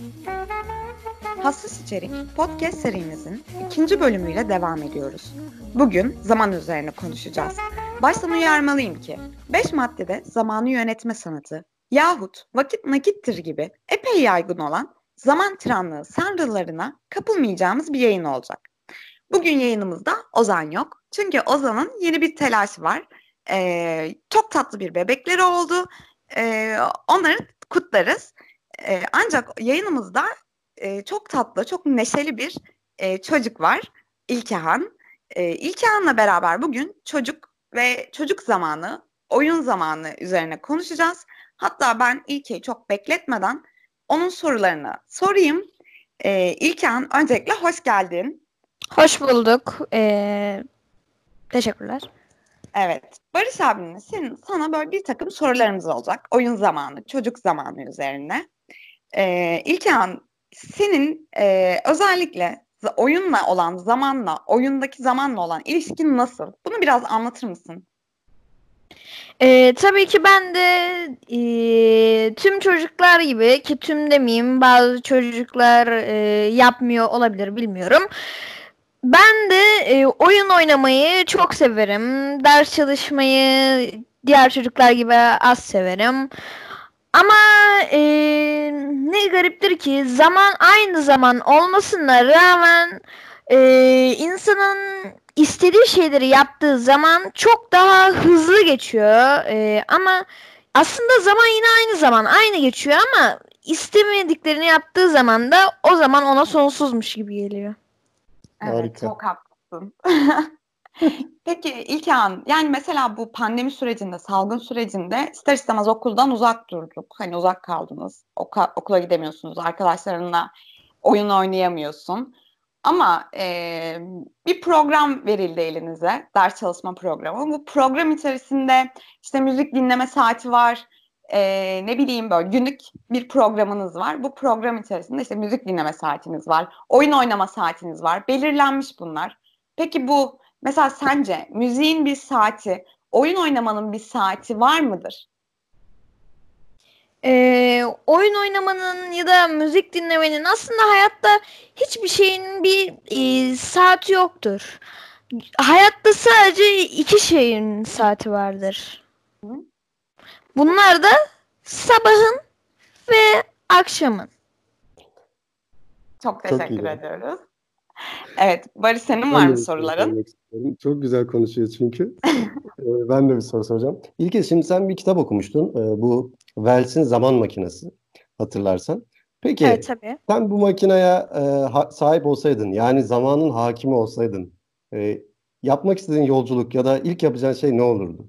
Hassas İçerik podcast serimizin 2. bölümüyle devam ediyoruz. Bugün zaman üzerine konuşacağız. Baştan uyarmalıyım ki 5 maddede zamanı yönetme sanatı yahut vakit nakittir gibi epey yaygın olan zaman tiranlığı sanrılarına kapılmayacağımız bir yayın olacak. Bugün yayınımızda Ozan yok. Çünkü Ozan'ın yeni bir telaşı var. Çok tatlı bir bebekleri oldu. Onları kutlarız. Ancak yayınımızda çok tatlı, çok neşeli bir çocuk var. İlkehan. İlkehan'la beraber bugün çocuk ve çocuk zamanı, oyun zamanı üzerine konuşacağız. Hatta ben İlke'yi çok bekletmeden onun sorularını sorayım. İlkehan, öncelikle hoş geldin. Hoş bulduk. Teşekkürler. Evet, Barış abinin sana böyle bir takım sorularımız olacak. Oyun zamanı, çocuk zamanı üzerine. İlkehan, senin özellikle oyunla olan zamanla, oyundaki zamanla olan ilişkin nasıl? Bunu biraz anlatır mısın? Tabii ki ben de tüm çocuklar gibi, ki tüm demeyeyim, bazı çocuklar yapmıyor olabilir, bilmiyorum. Ben de oyun oynamayı çok severim. Ders çalışmayı diğer çocuklar gibi az severim. Ama ne gariptir ki zaman aynı zaman olmasına rağmen insanın istediği şeyleri yaptığı zaman çok daha hızlı geçiyor. Ama aslında zaman yine aynı zaman aynı geçiyor ama istemediklerini yaptığı zaman da o zaman ona sonsuzmuş gibi geliyor. Evet, Harika. çok haklısın. Peki İlkehan, yani mesela bu pandemi sürecinde, salgın sürecinde ister istemez okuldan uzak durduk. Hani uzak kaldınız, okula gidemiyorsunuz, arkadaşlarınla oyun oynayamıyorsun. Ama bir program verildi elinize, ders çalışma programı. Bu program içerisinde işte müzik dinleme saati var, ne bileyim böyle günlük bir programınız var. Bu program içerisinde işte müzik dinleme saatiniz var, oyun oynama saatiniz var, belirlenmiş bunlar. Peki bu mesela sence müziğin bir saati, oyun oynamanın bir saati var mıdır? Oyun oynamanın ya da müzik dinlemenin aslında hayatta hiçbir şeyin bir saati yoktur. Hayatta sadece iki şeyin saati vardır. Hı? Bunlar da sabahın ve akşamın. Çok Çok teşekkür iyi. ediyoruz. Evet, Barış senin var Ben de mı bir soru soruların? sormak istiyorum. Çok güzel konuşuyor çünkü. Ben de bir soru soracağım. İlke, şimdi sen bir kitap okumuştun. Bu Wells'in Zaman Makinesi, hatırlarsan. Evet, Peki tabii. sen bu makineye sahip olsaydın, yani zamanın hakimi olsaydın, yapmak istediğin yolculuk ya da ilk yapacağın şey ne olurdu?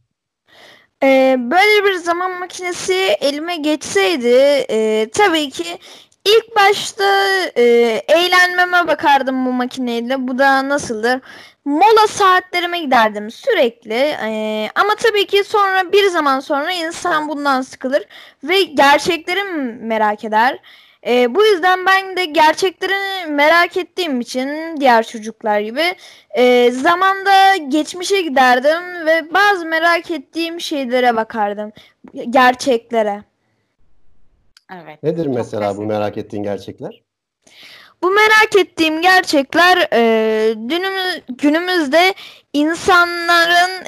Böyle bir zaman makinesi elime geçseydi tabii ki ilk başta eğlenmeme bakardım bu makineyle. Bu da nasıldır? Mola saatlerime giderdim sürekli. Ama tabii ki sonra bir zaman sonra insan bundan sıkılır ve gerçekleri merak eder. Bu yüzden ben de gerçekleri merak ettiğim için diğer çocuklar gibi zamanda geçmişe giderdim ve bazı merak ettiğim şeylere bakardım. Gerçeklere. Evet, Nedir çok mesela bu teşekkür. merak ettiğin gerçekler? Bu merak ettiğim gerçekler günümüzde insanların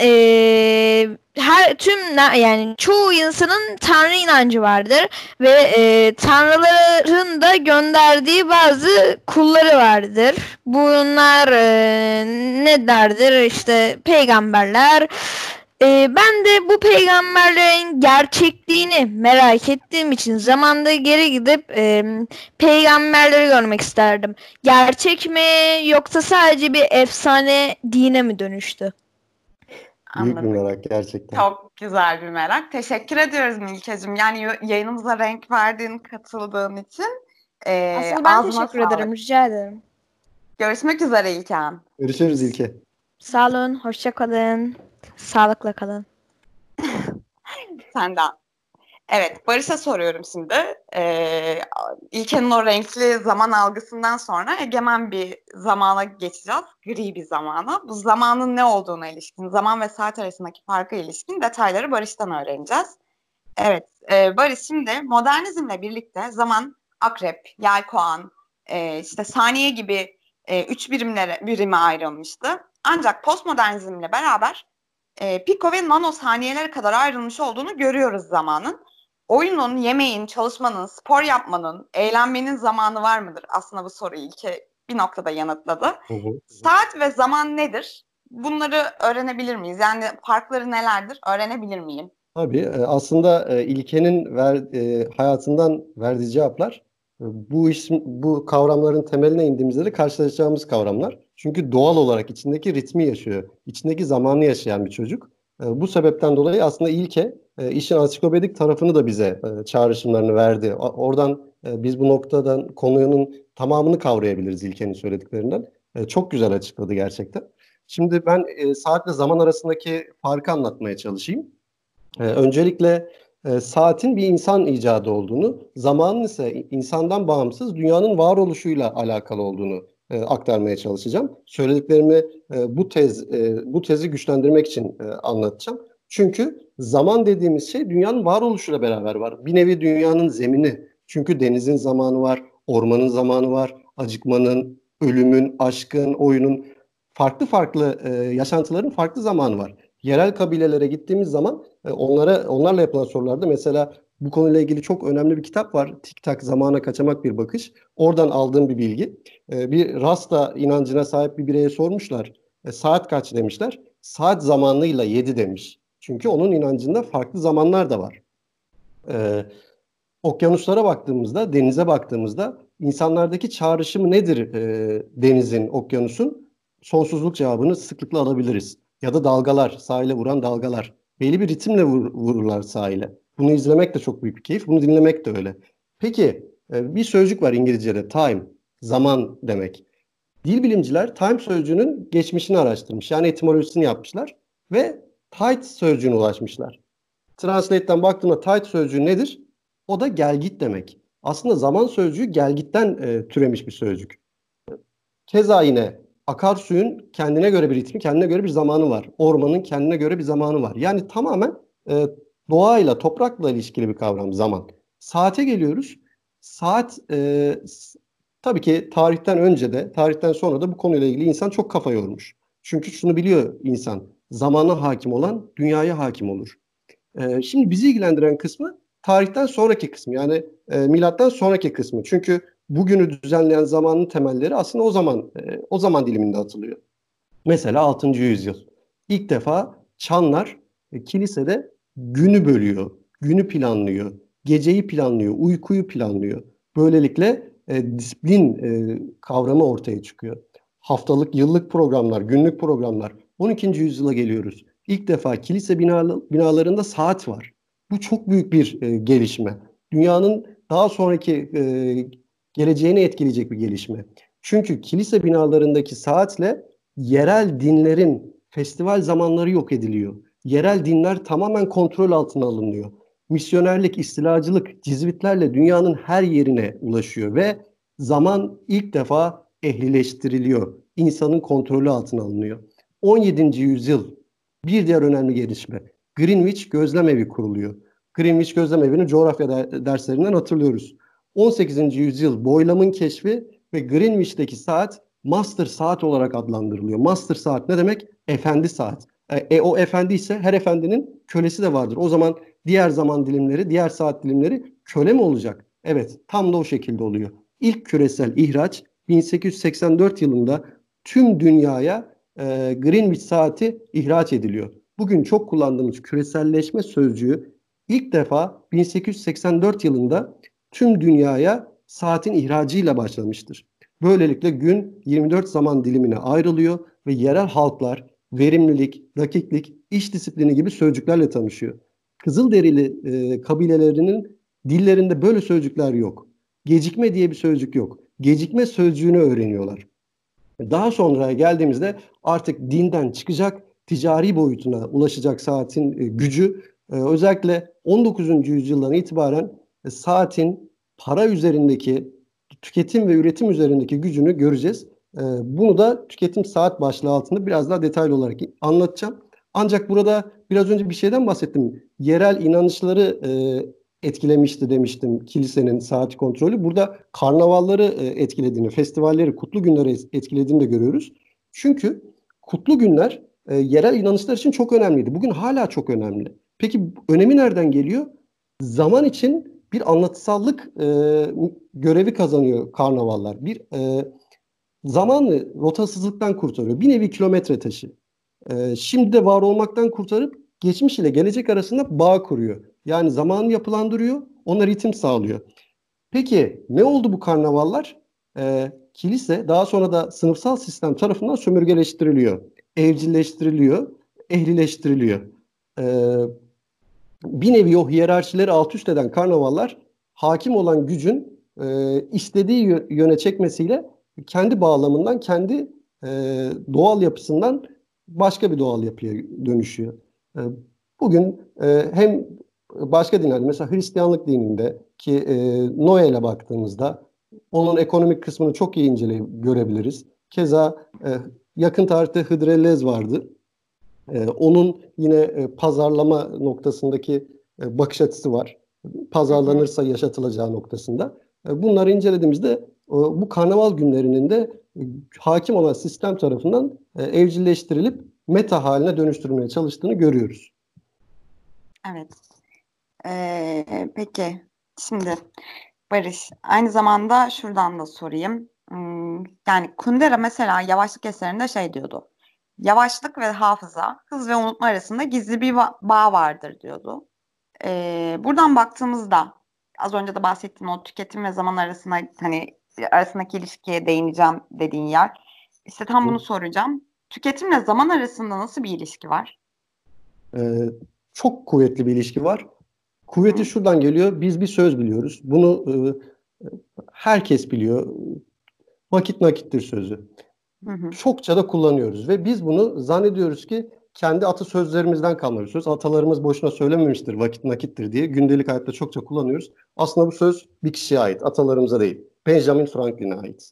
yani çoğu insanın tanrı inancı vardır ve tanrıların da gönderdiği bazı kulları vardır. Bunlar nelerdir? İşte peygamberler. Ben de bu peygamberlerin gerçekliğini merak ettiğim için zamanda geri gidip peygamberleri görmek isterdim. Gerçek mi yoksa sadece bir efsane dine mi dönüştü? Büyük bir Anladık. merak gerçekten. Çok güzel bir merak. Teşekkür ediyoruz Nilkeciğim. Yani yayınımıza renk verdiğin, katıldığın için. Asıl ben Ağzına teşekkür sağlık. ederim. Rica ederim. Görüşmek üzere İlkan. Görüşürüz İlke. Sağ olun. Hoşça kalın. Sağlıkla kalın. Senden. Evet, Barış'a soruyorum şimdi. İlkenin o renkli zaman algısından sonra egemen bir zamana geçeceğiz. Gri bir zamana. Bu zamanın ne olduğuna ilişkin, zaman ve saat arasındaki farka ilişkin detayları Barış'tan öğreneceğiz. Evet, Barış, şimdi modernizmle birlikte zaman akrep, yelkoğan, işte saniye gibi 3 birime ayrılmıştı. Ancak postmodernizmle beraber piko ve nano saniyelere kadar ayrılmış olduğunu görüyoruz zamanın. Oyunun, yemeğin, çalışmanın, spor yapmanın, eğlenmenin zamanı var mıdır? Aslında bu soruyu ilke bir noktada yanıtladı. Hı hı. Saat ve zaman nedir? Bunları öğrenebilir miyiz? Yani farkları nelerdir? Öğrenebilir miyim? Tabii aslında İlke'nin hayatından verdiği cevaplar bu kavramların temeline indiğimizde de karşılaşacağımız kavramlar. Çünkü doğal olarak içindeki ritmi yaşıyor, içindeki zamanı yaşayan bir çocuk. Bu sebepten dolayı aslında İlke işin ansiklopedik tarafını da bize çağrışımlarını verdi. Oradan biz bu noktadan konunun tamamını kavrayabiliriz İlke'nin söylediklerinden. Çok güzel açıkladı gerçekten. Şimdi ben saatle zaman arasındaki farkı anlatmaya çalışayım. Öncelikle saatin bir insan icadı olduğunu, zamanın ise insandan bağımsız dünyanın varoluşuyla alakalı olduğunu aktarmaya çalışacağım. Söylediklerimi bu tezi güçlendirmek için anlatacağım. Çünkü zaman dediğimiz şey dünyanın varoluşuyla beraber var. Bir nevi dünyanın zemini. Çünkü denizin zamanı var, ormanın zamanı var, acıkmanın, ölümün, aşkın, oyunun farklı farklı yaşantıların farklı zamanı var. Yerel kabilelere gittiğimiz zaman onlarla yapılan sorularda mesela bu konuyla ilgili çok önemli bir kitap var. Tik tak zamana kaçamak bir bakış. Oradan aldığım bir bilgi. Bir Rasta inancına sahip bir bireye sormuşlar. Saat kaç demişler. Saat zamanıyla 7 demiş. Çünkü onun inancında farklı zamanlar da var. E, Okyanuslara baktığımızda, denize baktığımızda insanlardaki çağrışımı nedir denizin, okyanusun? Sonsuzluk cevabını sıklıkla alabiliriz. Ya da dalgalar, sahile vuran dalgalar. Belli bir ritimle vururlar sahile. Bunu izlemek de çok büyük bir keyif, bunu dinlemek de öyle. Peki, bir sözcük var İngilizce'de, time, zaman demek. Dil bilimciler time sözcüğünün geçmişini araştırmış. Yani etimolojisini yapmışlar ve tide sözcüğüne ulaşmışlar. Translate'ten baktığımda tide sözcüğü nedir? O da gelgit demek. Aslında zaman sözcüğü gelgitten türemiş bir sözcük. Keza yine akarsuyun kendine göre bir ritmi, kendine göre bir zamanı var. Ormanın kendine göre bir zamanı var. Yani tamamen doğayla, toprakla ilişkili bir kavram zaman. Saate geliyoruz. Saat tabii ki tarihten önce de, tarihten sonra da bu konuyla ilgili insan çok kafa yormuş. Çünkü şunu biliyor insan, zamana hakim olan dünyaya hakim olur. Şimdi bizi ilgilendiren kısmı tarihten sonraki kısmı, yani milattan sonraki kısmı. Çünkü bugünü düzenleyen zamanın temelleri aslında o zaman diliminde atılıyor. Mesela 6. yüzyıl. İlk defa çanlar kilisede günü bölüyor, günü planlıyor, geceyi planlıyor, uykuyu planlıyor. Böylelikle disiplin kavramı ortaya çıkıyor. Haftalık, yıllık programlar, günlük programlar. 12. yüzyıla geliyoruz. İlk defa kilise binalarında saat var. Bu çok büyük bir gelişme. Dünyanın daha sonraki geleceğini etkileyecek bir gelişme. Çünkü kilise binalarındaki saatle yerel dinlerin festival zamanları yok ediliyor. Yerel dinler tamamen kontrol altına alınıyor. Misyonerlik, istilacılık, cizvitlerle dünyanın her yerine ulaşıyor ve zaman ilk defa ehlileştiriliyor. İnsanın kontrolü altına alınıyor. 17. yüzyıl bir diğer önemli gelişme. Greenwich Gözlem Evi kuruluyor. Greenwich Gözlem Evi'ni coğrafya derslerinden hatırlıyoruz. 18. yüzyıl boylamın keşfi ve Greenwich'teki saat master saat olarak adlandırılıyor. Master saat ne demek? Efendi saat. O efendi ise her efendinin kölesi de vardır. O zaman diğer zaman dilimleri, diğer saat dilimleri köle mi olacak? Evet, tam da o şekilde oluyor. İlk küresel ihraç 1884 yılında tüm dünyaya Greenwich saati ihraç ediliyor. Bugün çok kullandığımız küreselleşme sözcüğü ilk defa 1884 yılında tüm dünyaya saatin ihracıyla başlamıştır. Böylelikle gün 24 zaman dilimine ayrılıyor ve yerel halklar verimlilik, dakiklik, iş disiplini gibi sözcüklerle tanışıyor. Kızılderili kabilelerinin dillerinde böyle sözcükler yok. Gecikme diye bir sözcük yok. Gecikme sözcüğünü öğreniyorlar. Daha sonra geldiğimizde artık dinden çıkacak, ticari boyutuna ulaşacak saatin gücü özellikle 19. yüzyıldan itibaren saatin para üzerindeki, tüketim ve üretim üzerindeki gücünü göreceğiz. Bunu da tüketim saat başlığı altında biraz daha detaylı olarak anlatacağım. Ancak burada biraz önce bir şeyden bahsettim. Yerel inanışları etkilemişti demiştim kilisenin saat kontrolü. Burada karnavalları etkilediğini, festivalleri, kutlu günleri etkilediğini de görüyoruz. Çünkü kutlu günler yerel inanışlar için çok önemliydi. Bugün hala çok önemli. Peki önemi nereden geliyor? Zaman için bir anlatısallık görevi kazanıyor karnavallar. Bir zamanı rotasızlıktan kurtarıyor. Bir nevi kilometre taşı. Şimdi de var olmaktan kurtarıp geçmiş ile gelecek arasında bağ kuruyor. Yani zamanı yapılandırıyor, ona ritim sağlıyor. Peki ne oldu bu karnavallar? Kilise daha sonra da sınıfsal sistem tarafından sömürgeleştiriliyor, evcilleştiriliyor, ehlileştiriliyor. Bir nevi o hiyerarşileri alt üst eden karnavallar hakim olan gücün istediği yöne çekmesiyle kendi bağlamından, kendi doğal yapısından başka bir doğal yapıya dönüşüyor. Bugün hem başka dinlerde, mesela Hristiyanlık dininde ki Noel'e baktığımızda onun ekonomik kısmını çok iyi inceleyip görebiliriz. Keza yakın tarihte Hıdrellez vardı. Onun yine pazarlama noktasındaki bakış açısı var. Pazarlanırsa yaşatılacağı noktasında. Bunları incelediğimizde bu karnaval günlerinin de hakim olan sistem tarafından evcilleştirilip meta haline dönüştürmeye çalıştığını görüyoruz. Evet. Peki şimdi Barış, aynı zamanda şuradan da sorayım. Yani Kundera mesela yavaşlık eserinde şey diyordu. Yavaşlık ve hafıza, hız ve unutma arasında gizli bir bağ vardır diyordu. Buradan baktığımızda az önce de bahsettiğim o tüketim ve zaman arasında hani arasındaki ilişkiye değineceğim dediğin yer. İşte tam bunu soracağım. Tüketimle zaman arasında nasıl bir ilişki var? Çok kuvvetli bir ilişki var. Kuvveti şuradan geliyor. Biz bir söz biliyoruz. Bunu herkes biliyor. Vakit nakittir sözü. Çokça da kullanıyoruz ve biz bunu zannediyoruz ki kendi atasözlerimizden kalma bir söz. Atalarımız boşuna söylememiştir vakit nakittir diye. Gündelik hayatta çokça kullanıyoruz. Aslında bu söz bir kişiye ait. Atalarımıza değil. Benjamin Franklin'e ait.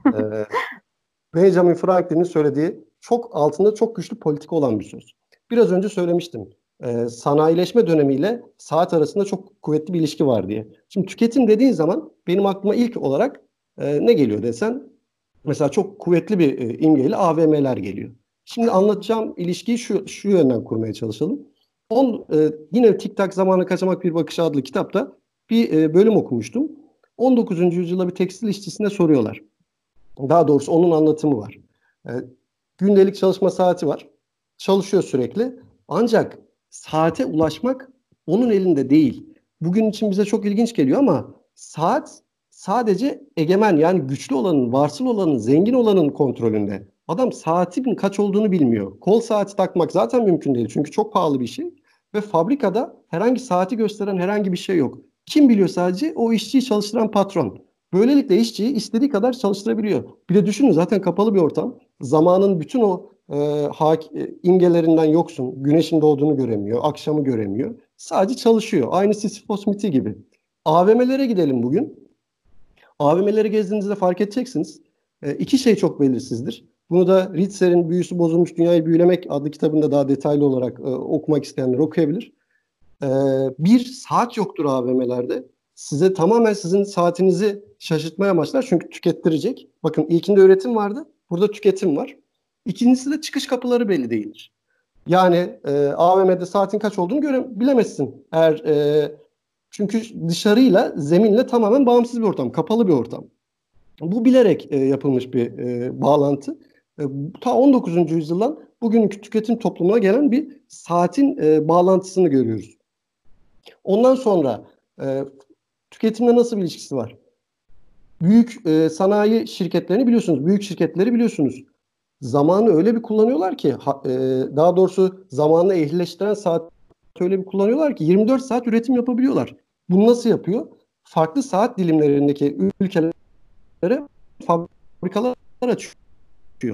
Benjamin Franklin'in söylediği çok altında çok güçlü politika olan bir söz. Biraz önce söylemiştim. Sanayileşme dönemiyle saat arasında çok kuvvetli bir ilişki var diye. Şimdi tüketim dediğin zaman benim aklıma ilk olarak ne geliyor desen, mesela çok kuvvetli bir imgeyle AVM'ler geliyor. Şimdi anlatacağım ilişkiyi şu yönden kurmaya çalışalım. Yine Tik Tak Zamanı Kaçamak Bir Bakış adlı kitapta bir bölüm okumuştum. 19. yüzyılda bir tekstil işçisine soruyorlar. Daha doğrusu onun anlatımı var. Gündelik çalışma saati var. Çalışıyor sürekli. Ancak saate ulaşmak onun elinde değil. Bugün için bize çok ilginç geliyor ama saat sadece egemen, yani güçlü olanın, varsıl olanın, zengin olanın kontrolünde. Adam saatin kaç olduğunu bilmiyor. Kol saati takmak zaten mümkün değil. Çünkü çok pahalı bir şey. Ve fabrikada herhangi saati gösteren herhangi bir şey yok. Kim biliyor sadece? O işçiyi çalıştıran patron. Böylelikle işçiyi istediği kadar çalıştırabiliyor. Bir de düşünün, zaten kapalı bir ortam. Zamanın bütün o imgelerinden yoksun. Güneşin doğduğunu göremiyor. Akşamı göremiyor. Sadece çalışıyor. Aynı Sisyphos miti gibi. AVM'lere gidelim bugün. AVM'leri gezdiğinizde fark edeceksiniz. İki şey çok belirsizdir. Bunu da Ritzer'in Büyüsü Bozulmuş Dünyayı Büyülemek adlı kitabında daha detaylı olarak okumak isteyenler okuyabilir. Bir, saat yoktur AVM'lerde. Size tamamen sizin saatinizi şaşırtmaya amaçlar, çünkü tükettirecek. Bakın, ilkinde üretim vardı. Burada tüketim var. İkincisi de çıkış kapıları belli değildir. Yani AVM'de saatin kaç olduğunu bilemezsin. Çünkü dışarıyla, zeminle tamamen bağımsız bir ortam, kapalı bir ortam. Bu bilerek yapılmış bir bağlantı. Ta 19. yüzyıldan bugünkü tüketim toplumuna gelen bir saatin bağlantısını görüyoruz. Ondan sonra tüketimle nasıl bir ilişkisi var? Büyük sanayi şirketlerini biliyorsunuz, büyük şirketleri biliyorsunuz. Zamanı öyle bir kullanıyorlar ki, daha doğrusu zamanı ehlileştiren saat öyle bir kullanıyorlar ki 24 saat üretim yapabiliyorlar. Bunu nasıl yapıyor? Farklı saat dilimlerindeki ülkelere fabrikalar açıyor.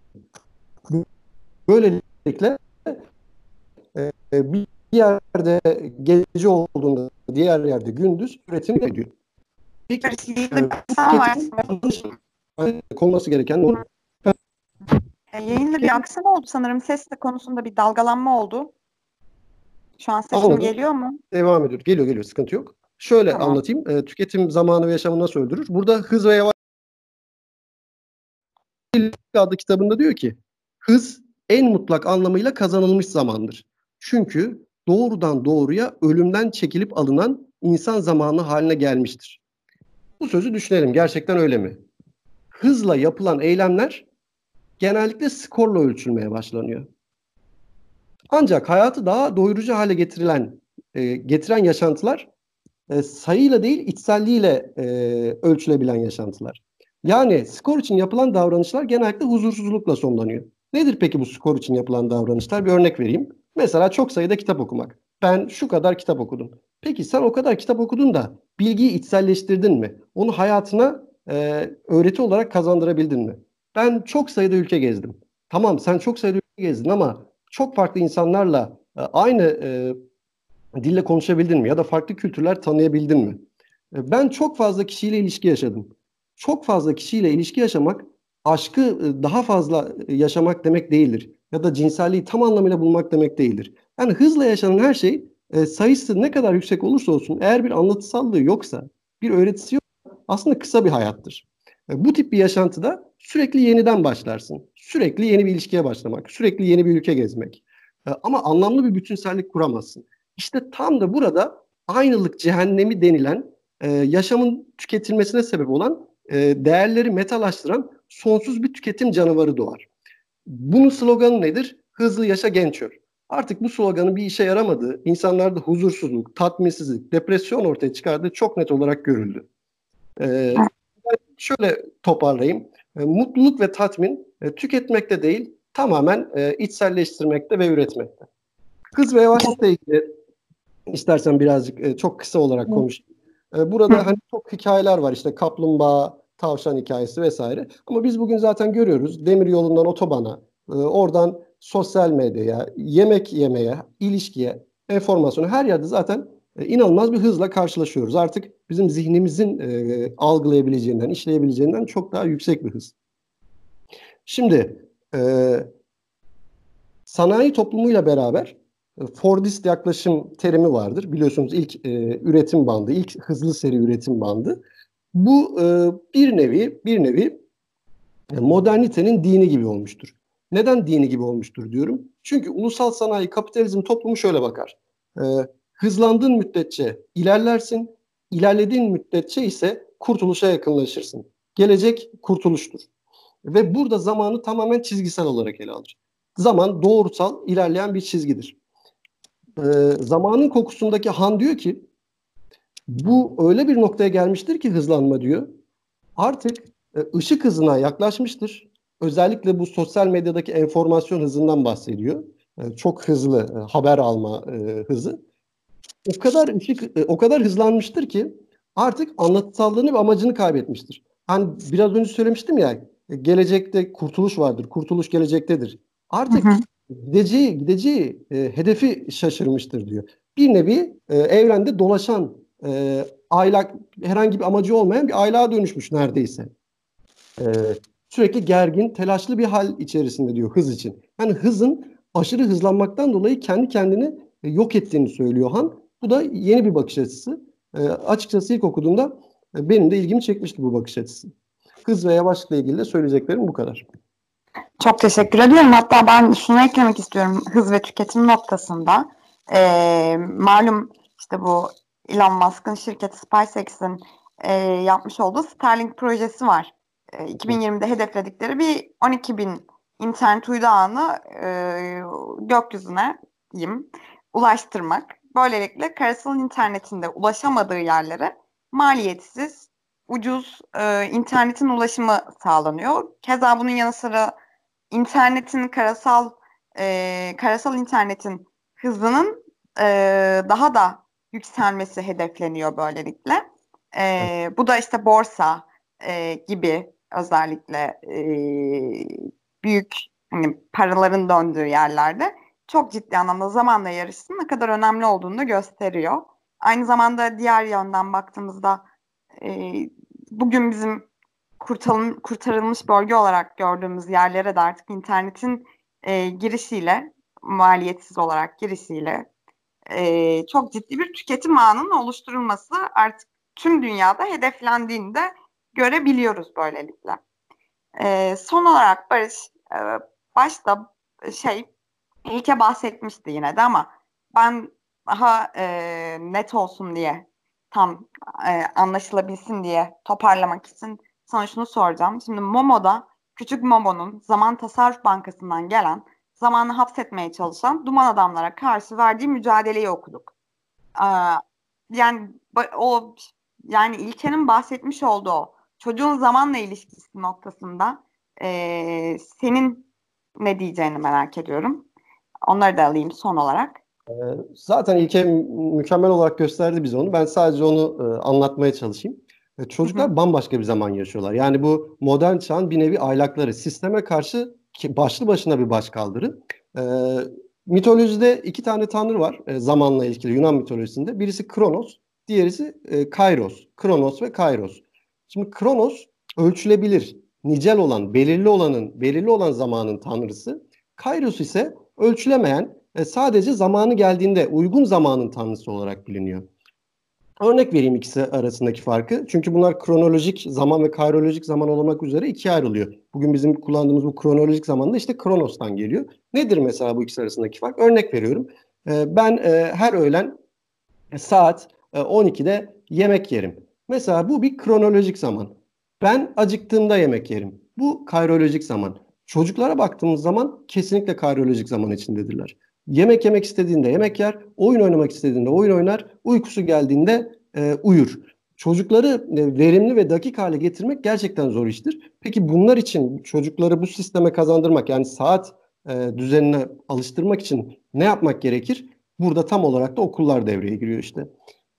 Böylelikle bir yerde gece olduğunda diğer yerde gündüz üretim ediyor. Peki, konması gereken yayında bir aksama oldu sanırım. Ses konusunda bir dalgalanma oldu. Şu an sesim geliyor mu? Devam ediyor. Geliyor. Sıkıntı yok. Şöyle Tamam. anlatayım. Tüketim zamanı ve yaşamı nasıl öldürür? Burada Hız ve Yavaş adlı kitabında diyor ki hız en mutlak anlamıyla kazanılmış zamandır. Çünkü doğrudan doğruya ölümden çekilip alınan insan zamanı haline gelmiştir. Bu sözü düşünelim. Gerçekten öyle mi? Hızla yapılan eylemler genellikle skorla ölçülmeye başlanıyor. Ancak hayatı daha doyurucu hale getiren yaşantılar sayıyla değil içselliğiyle ölçülebilen yaşantılar. Yani skor için yapılan davranışlar genellikle huzursuzlukla sonlanıyor. Nedir peki bu skor için yapılan davranışlar? Bir örnek vereyim. Mesela çok sayıda kitap okumak. Ben şu kadar kitap okudum. Peki sen o kadar kitap okudun da bilgiyi içselleştirdin mi? Onu hayatına öğreti olarak kazandırabildin mi? Ben çok sayıda ülke gezdim. Tamam sen çok sayıda ülke gezdin ama çok farklı insanlarla aynı dille konuşabildin mi? Ya da farklı kültürler tanıyabildin mi? Ben çok fazla kişiyle ilişki yaşadım. Çok fazla kişiyle ilişki yaşamak aşkı daha fazla yaşamak demek değildir. Ya da cinselliği tam anlamıyla bulmak demek değildir. Yani hızla yaşanan her şey sayısı ne kadar yüksek olursa olsun eğer bir anlatısallığı yoksa, bir öğretisi yoksa aslında kısa bir hayattır. Bu tip bir yaşantıda sürekli yeniden başlarsın. Sürekli yeni bir ilişkiye başlamak, sürekli yeni bir ülke gezmek. Ama anlamlı bir bütünsellik kuramazsın. İşte tam da burada aynılık cehennemi denilen yaşamın tüketilmesine sebep olan değerleri metalaştıran sonsuz bir tüketim canavarı doğar. Bunun sloganı nedir? Hızlı yaşa genç öl. Artık bu sloganın bir işe yaramadığı, insanlarda huzursuzluk, tatminsizlik, depresyon ortaya çıkardığı çok net olarak görüldü. Şöyle toparlayayım. Mutluluk ve tatmin tüketmekte değil, tamamen içselleştirmekte ve üretmekte. Hız ve yavaşlıkla ilgili İstersen birazcık çok kısa olarak konuşayım. Burada hani çok hikayeler var işte kaplumbağa, tavşan hikayesi vesaire. Ama biz bugün zaten görüyoruz demir yolundan otobana, oradan sosyal medyaya, yemek yemeye, ilişkiye, enformasyona her yerde zaten inanılmaz bir hızla karşılaşıyoruz. Artık bizim zihnimizin algılayabileceğinden, işleyebileceğinden çok daha yüksek bir hız. Şimdi sanayi toplumuyla beraber Fordist yaklaşım terimi vardır. Biliyorsunuz ilk üretim bandı, ilk hızlı seri üretim bandı. Bu bir nevi modernitenin dini gibi olmuştur. Neden dini gibi olmuştur diyorum? Çünkü ulusal sanayi kapitalizm toplumu şöyle bakar. Hızlandığın müddetçe ilerlersin, ilerlediğin müddetçe ise kurtuluşa yakınlaşırsın. Gelecek kurtuluştur. Ve burada zamanı tamamen çizgisel olarak ele alır. Zaman doğrusal ilerleyen bir çizgidir. Zamanın kokusundaki Han diyor ki bu öyle bir noktaya gelmiştir ki hızlanma diyor. Artık ışık hızına yaklaşmıştır. Özellikle bu sosyal medyadaki enformasyon hızından bahsediyor. Çok hızlı haber alma hızı. O kadar hızlanmıştır ki artık anlatısallığını ve amacını kaybetmiştir. Hani biraz önce söylemiştim ya gelecekte kurtuluş vardır. Kurtuluş gelecektedir. Artık gideceği hedefi şaşırmıştır diyor. Bir nevi evrende dolaşan aylak herhangi bir amacı olmayan bir aylığa dönüşmüş neredeyse. E, Sürekli gergin, telaşlı bir hal içerisinde diyor hız için. Yani hızın aşırı hızlanmaktan dolayı kendi kendini yok ettiğini söylüyor Han. Bu da yeni bir bakış açısı. Açıkçası ilk okuduğumda benim de ilgimi çekmişti bu bakış açısı. Hız ve yavaşlıkla ilgili de söyleyeceklerim bu kadar. Çok teşekkür ediyorum. Hatta ben şunu eklemek istiyorum hız ve tüketim noktasında. Malum işte bu Elon Musk'ın şirketi SpaceX'in yapmış olduğu Starlink projesi var. 2020'de hedefledikleri bir 12.000 internet uydu ağını gökyüzüne ulaştırmak. Böylelikle karasal internetinde ulaşamadığı yerlere maliyetsiz, ucuz internetin ulaşımı sağlanıyor. Keza bunun yanı sıra internetin karasal internetin hızının daha da yükselmesi hedefleniyor böylelikle. Bu da işte borsa gibi özellikle büyük hani paraların döndüğü yerlerde çok ciddi anlamda zamanla yarışın ne kadar önemli olduğunu da gösteriyor. Aynı zamanda diğer yönden baktığımızda bugün bizim kurtarılmış bölge olarak gördüğümüz yerlere de artık internetin girişiyle, maliyetsiz olarak girişiyle çok ciddi bir tüketim ağının oluşturulması artık tüm dünyada hedeflendiğini de görebiliyoruz böylelikle. Son olarak Barış başta İlke bahsetmişti yine de ama ben daha net olsun diye tam anlaşılabilsin diye toparlamak için sana şunu soracağım. Şimdi Momo'da küçük Momo'nun Zaman Tasarruf Bankası'ndan gelen zamanı hapsetmeye çalışan duman adamlara karşı verdiği mücadeleyi okuduk. Yani İlke'nin bahsetmiş olduğu çocuğun zamanla ilişkisi noktasında senin ne diyeceğini merak ediyorum. Onları da alayım son olarak. Zaten İlke mükemmel olarak gösterdi bize onu. Ben sadece onu anlatmaya çalışayım. Çocuklar bambaşka bir zaman yaşıyorlar. Yani bu modern çağın bir nevi aylakları. Sisteme karşı başlı başına bir başkaldırı. Mitolojide 2 tane tanrı var zamanla ilgili Yunan mitolojisinde. Birisi Kronos, diğerisi Kairos. Kronos ve Kairos. Şimdi Kronos ölçülebilir, nicel olan, belirli olan zamanın tanrısı. Kairos ise ölçülemeyen, sadece zamanı geldiğinde uygun zamanın tanrısı olarak biliniyor. Örnek vereyim ikisi arasındaki farkı. Çünkü bunlar kronolojik zaman ve kairolojik zaman olmak üzere ikiye ayrılıyor. Bugün bizim kullandığımız bu kronolojik zaman da işte Kronos'tan geliyor. Nedir mesela bu ikisi arasındaki fark? Örnek veriyorum. Ben her öğlen saat 12'de yemek yerim. Mesela bu bir kronolojik zaman. Ben acıktığımda yemek yerim. Bu kairolojik zaman. Çocuklara baktığımız zaman kesinlikle kairolojik zaman içindedirler. Yemek yemek istediğinde yemek yer, oyun oynamak istediğinde oyun oynar, uykusu geldiğinde uyur. Çocukları verimli ve dakik hale getirmek gerçekten zor iştir. Peki bunlar için çocukları bu sisteme kazandırmak, yani saat düzenine alıştırmak için ne yapmak gerekir? Burada tam olarak da okullar devreye giriyor işte.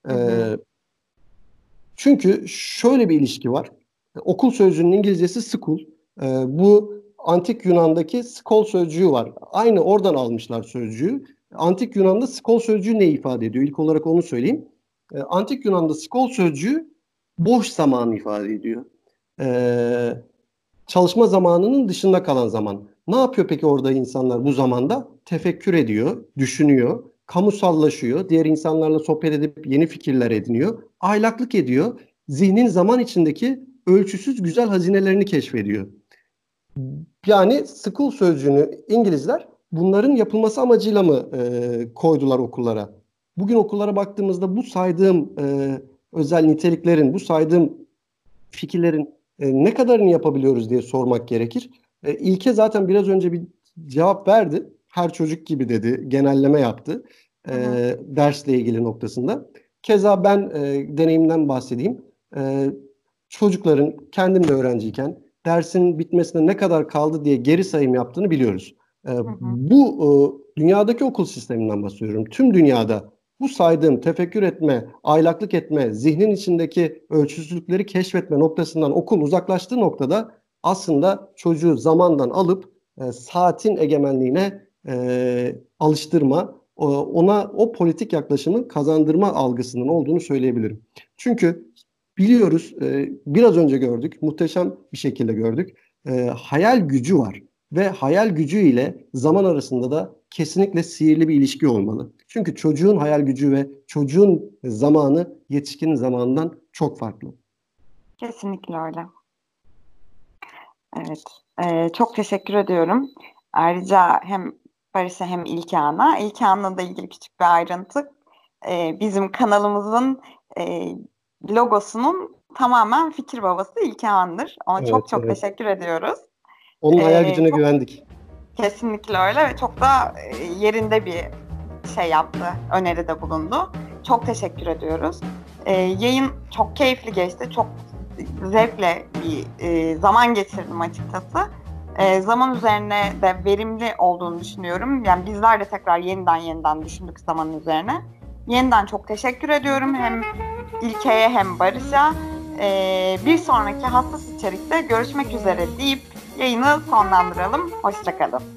Çünkü şöyle bir ilişki var. Okul sözcüğünün İngilizcesi school. Bu Antik Yunan'daki skol sözcüğü var. Aynı oradan almışlar sözcüğü. Antik Yunan'da skol sözcüğü ne ifade ediyor? İlk olarak onu söyleyeyim. Antik Yunan'da skol sözcüğü boş zamanı ifade ediyor. Çalışma zamanının dışında kalan zaman. Ne yapıyor peki orada insanlar bu zamanda? Tefekkür ediyor, düşünüyor, kamusallaşıyor, diğer insanlarla sohbet edip yeni fikirler ediniyor, aylaklık ediyor, zihnin zaman içindeki ölçüsüz güzel hazinelerini keşfediyor. Yani school sözcüğünü İngilizler bunların yapılması amacıyla mı koydular okullara? Bugün okullara baktığımızda bu saydığım özel niteliklerin, bu saydığım fikirlerin ne kadarını yapabiliyoruz diye sormak gerekir. İlke zaten biraz önce bir cevap verdi. Her çocuk gibi dedi, genelleme yaptı dersle ilgili noktasında. Keza ben deneyimden bahsedeyim. Çocukların, kendim de öğrenciyken dersin bitmesine ne kadar kaldı diye geri sayım yaptığını biliyoruz. Bu dünyadaki okul sisteminden bahsediyorum. Tüm dünyada bu saydığım tefekkür etme, aylaklık etme, zihnin içindeki ölçüsüzlükleri keşfetme noktasından okul uzaklaştığı noktada aslında çocuğu zamandan alıp saatin egemenliğine alıştırma, ona o politik yaklaşımı kazandırma algısının olduğunu söyleyebilirim. Çünkü biliyoruz, biraz önce gördük, muhteşem bir şekilde gördük. Hayal gücü var ve hayal gücü ile zaman arasında da kesinlikle sihirli bir ilişki olmalı. Çünkü çocuğun hayal gücü ve çocuğun zamanı yetişkinin zamanından çok farklı. Kesinlikle öyle. Evet, çok teşekkür ediyorum. Ayrıca hem Barış'a hem İlkan'la da ilgili küçük bir ayrıntı. Bizim kanalımızın logosunun tamamen fikir babası İlkan'dır. Ona Evet, çok teşekkür ediyoruz. Onun hayal gücüne güvendik. Kesinlikle öyle ve çok da yerinde bir şey yaptı, öneride bulundu. Çok teşekkür ediyoruz. Yayın çok keyifli geçti, çok zevkle bir zaman geçirdim açıkçası. Zaman üzerine de verimli olduğunu düşünüyorum. Yani bizler de tekrar yeniden düşündük zamanın üzerine. Yeniden çok teşekkür ediyorum hem İlke'ye hem Barış'a. Bir sonraki hassas içerikte görüşmek üzere deyip yayını sonlandıralım. Hoşça kalın.